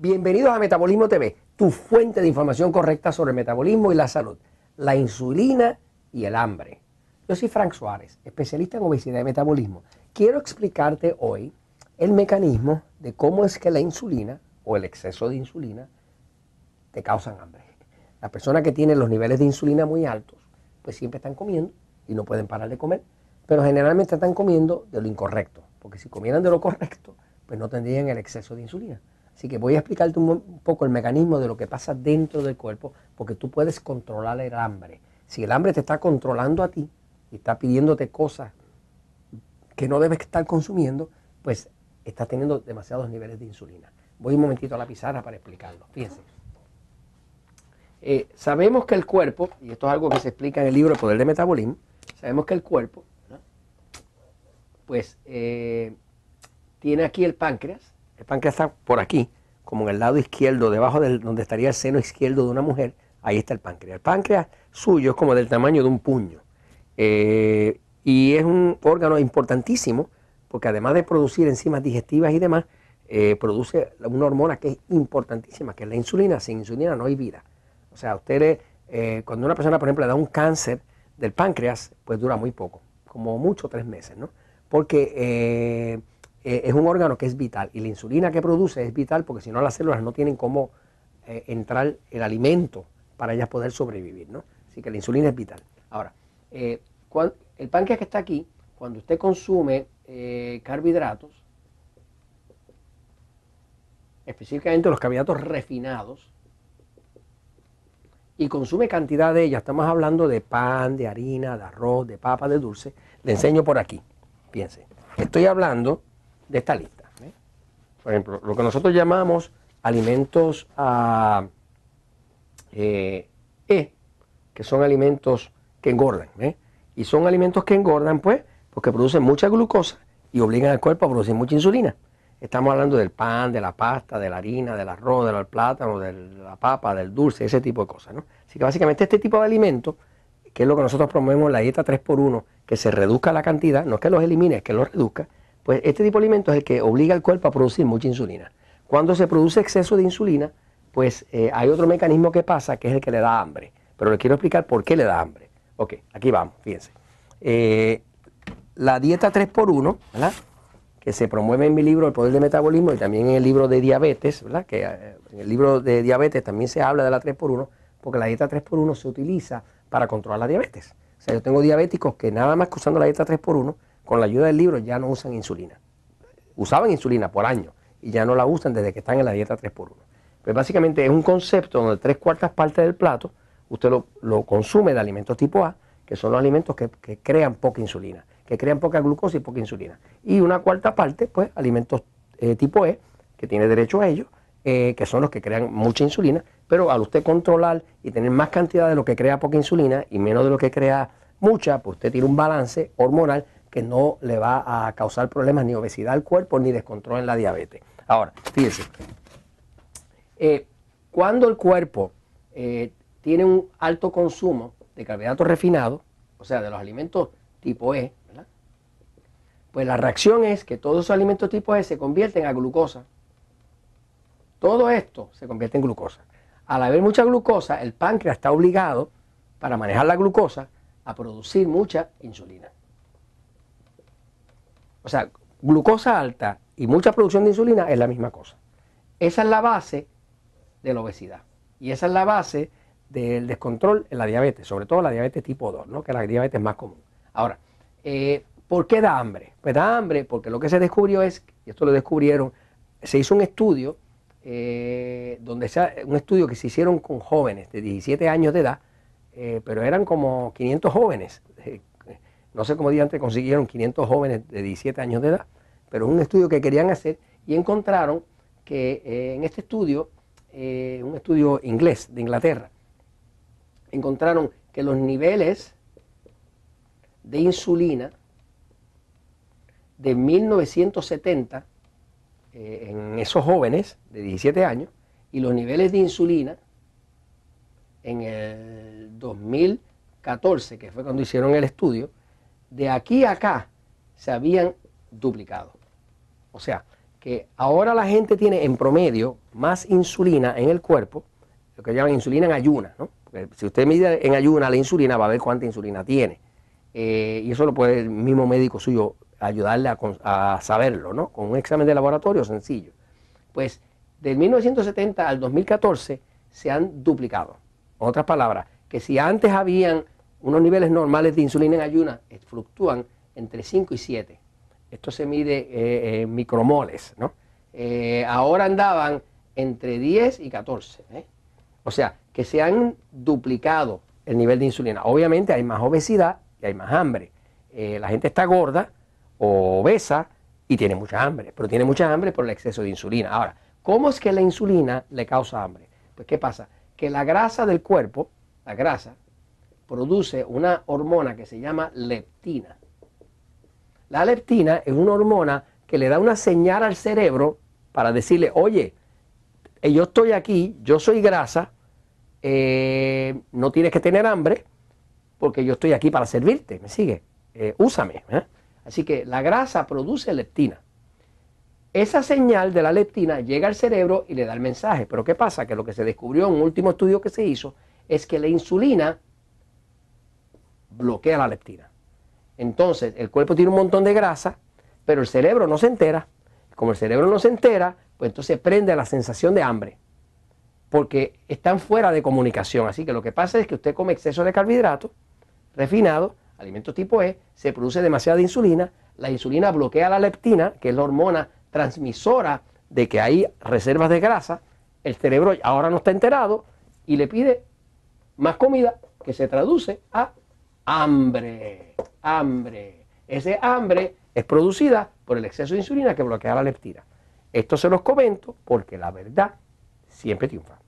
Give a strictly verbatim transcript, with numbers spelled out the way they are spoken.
Bienvenidos a Metabolismo T V, tu fuente de información correcta sobre el metabolismo y la salud, la insulina y el hambre. Yo soy Frank Suárez, especialista en obesidad y metabolismo. Quiero explicarte hoy el mecanismo de cómo es que la insulina o el exceso de insulina te causan hambre. Las personas que tienen los niveles de insulina muy altos, pues siempre están comiendo y no pueden parar de comer, pero generalmente están comiendo de lo incorrecto, porque si comieran de lo correcto, pues no tendrían el exceso de insulina. Así que voy a explicarte un poco el mecanismo de lo que pasa dentro del cuerpo, porque tú puedes controlar el hambre. Si el hambre te está controlando a ti y está pidiéndote cosas que no debes estar consumiendo, pues estás teniendo demasiados niveles de insulina. Voy un momentito a la pizarra para explicarlo. Fíjense. Eh, sabemos que el cuerpo, y esto es algo que se explica en el libro El Poder del Metabolismo, sabemos que el cuerpo, ¿no? pues eh, tiene aquí el páncreas. El páncreas está por aquí, como en el lado izquierdo, debajo de donde estaría el seno izquierdo de una mujer. Ahí está el páncreas. El páncreas suyo es como del tamaño de un puño. Eh, y es un órgano importantísimo, porque además de producir enzimas digestivas y demás, eh, produce una hormona que es importantísima, que es la insulina. Sin insulina no hay vida. O sea, ustedes, eh, cuando una persona, por ejemplo, le da un cáncer del páncreas, pues dura muy poco, como mucho tres meses, ¿no? Porque eh, eh, es un órgano que es vital, y la insulina que produce es vital, porque si no las células no tienen cómo eh, entrar el alimento para ellas poder sobrevivir, ¿no? Así que la insulina es vital. Ahora, eh, cuando, el páncreas que está aquí, cuando usted consume eh, carbohidratos, específicamente los carbohidratos refinados, y consume cantidad de ellas, estamos hablando de pan, de harina, de arroz, de papa, de dulce, le enseño por aquí. Piense, estoy hablando de esta lista. ¿eh? Por ejemplo, lo que nosotros llamamos alimentos a, eh, E, que son alimentos que engordan. ¿eh? Y son alimentos que engordan, pues, porque producen mucha glucosa y obligan al cuerpo a producir mucha insulina. Estamos hablando del pan, de la pasta, de la harina, del arroz, del plátano, de la papa, del dulce, ese tipo de cosas, ¿no? Así que básicamente este tipo de alimentos, que es lo que nosotros promovemos en la dieta tres por uno, que se reduzca la cantidad, no es que los elimine, es que los reduzca, pues este tipo de alimentos es el que obliga al cuerpo a producir mucha insulina. Cuando se produce exceso de insulina, pues eh, hay otro mecanismo que pasa, que es el que le da hambre. Pero les quiero explicar por qué le da hambre. Ok, aquí vamos, fíjense. Eh, la dieta tres por uno, ¿verdad?, que se promueve en mi libro El Poder del Metabolismo y también en el libro de diabetes, ¿verdad? Que eh, en el libro de diabetes también se habla de la tres por uno, porque la dieta tres por uno se utiliza para controlar la diabetes. O sea, yo tengo diabéticos que nada más que usando la dieta tres por uno, con la ayuda del libro ya no usan insulina. Usaban insulina por años y ya no la usan desde que están en la dieta tres por uno. Pues básicamente es un concepto donde tres cuartas partes del plato usted lo, lo consume de alimentos tipo A, que son los alimentos que, que crean poca insulina, que crean poca glucosa y poca insulina. Y una cuarta parte, pues, alimentos eh, tipo E, que tiene derecho a ellos, eh, que son los que crean mucha insulina, pero al usted controlar y tener más cantidad de lo que crea poca insulina y menos de lo que crea mucha, pues usted tiene un balance hormonal que no le va a causar problemas ni obesidad al cuerpo ni descontrol en la diabetes. Ahora, fíjense, eh, cuando el cuerpo eh, tiene un alto consumo de carbohidratos refinados, o sea, de los alimentos tipo E, ¿verdad?, pues la reacción es que todos esos alimentos tipo E se convierten a glucosa. Todo esto se convierte en glucosa. Al haber mucha glucosa, el páncreas está obligado, para manejar la glucosa, a producir mucha insulina. O sea, glucosa alta y mucha producción de insulina es la misma cosa. Esa es la base de la obesidad. Y esa es la base del descontrol en la diabetes, sobre todo la diabetes tipo dos, ¿no?, que es la diabetes más común. Ahora, eh, ¿por qué da hambre? Pues da hambre porque lo que se descubrió es, y esto lo descubrieron, se hizo un estudio, eh, donde se, un estudio que se hicieron con jóvenes de diecisiete años de edad, eh, pero eran como quinientos jóvenes. Eh, no sé cómo diantres consiguieron quinientos jóvenes de diecisiete años de edad, pero es un estudio que querían hacer y encontraron que eh, en este estudio, eh, un estudio inglés de Inglaterra, encontraron que los niveles de insulina de mil novecientos setenta eh, en esos jóvenes de diecisiete años y los niveles de insulina en el dos mil catorce, que fue cuando hicieron el estudio, de aquí a acá se habían duplicado. O sea, que ahora la gente tiene en promedio más insulina en el cuerpo, lo que llaman insulina en ayuna, ¿no? Porque si usted mide en ayuna la insulina, va a ver cuánta insulina tiene. Eh, y eso lo puede el mismo médico suyo ayudarle a, a saberlo, ¿no? Con un examen de laboratorio sencillo. Pues del mil novecientos setenta al dos mil catorce se han duplicado. En otras palabras, que si antes habían unos niveles normales de insulina en ayuna, fluctúan entre cinco y siete. Esto se mide eh, en micromoles, ¿no? Eh, ahora andaban entre diez y catorce. ¿eh? O sea, que se han duplicado el nivel de insulina. Obviamente hay más obesidad y hay más hambre. Eh, la gente está gorda o obesa y tiene mucha hambre, pero tiene mucha hambre por el exceso de insulina. Ahora, ¿cómo es que la insulina le causa hambre? Pues, ¿qué pasa? Que la grasa del cuerpo, la grasa, produce una hormona que se llama leptina. La leptina es una hormona que le da una señal al cerebro para decirle, oye, yo estoy aquí, yo soy grasa, eh, no tienes que tener hambre porque yo estoy aquí para servirte, ¿me sigue? Eh, úsame. ¿eh? Así que la grasa produce leptina. Esa señal de la leptina llega al cerebro y le da el mensaje. Pero ¿qué pasa? Que lo que se descubrió en un último estudio que se hizo es que la insulina bloquea la leptina. Entonces, el cuerpo tiene un montón de grasa, pero el cerebro no se entera. Como el cerebro no se entera, pues entonces prende la sensación de hambre, porque están fuera de comunicación. Así que lo que pasa es que usted come exceso de carbohidratos refinados, alimentos tipo E, se produce demasiada insulina, la insulina bloquea la leptina, que es la hormona transmisora de que hay reservas de grasa, el cerebro ahora no está enterado y le pide más comida, que se traduce a hambre, hambre. Ese hambre es producida por el exceso de insulina que bloquea la leptina. Esto se los comento porque la verdad siempre triunfa.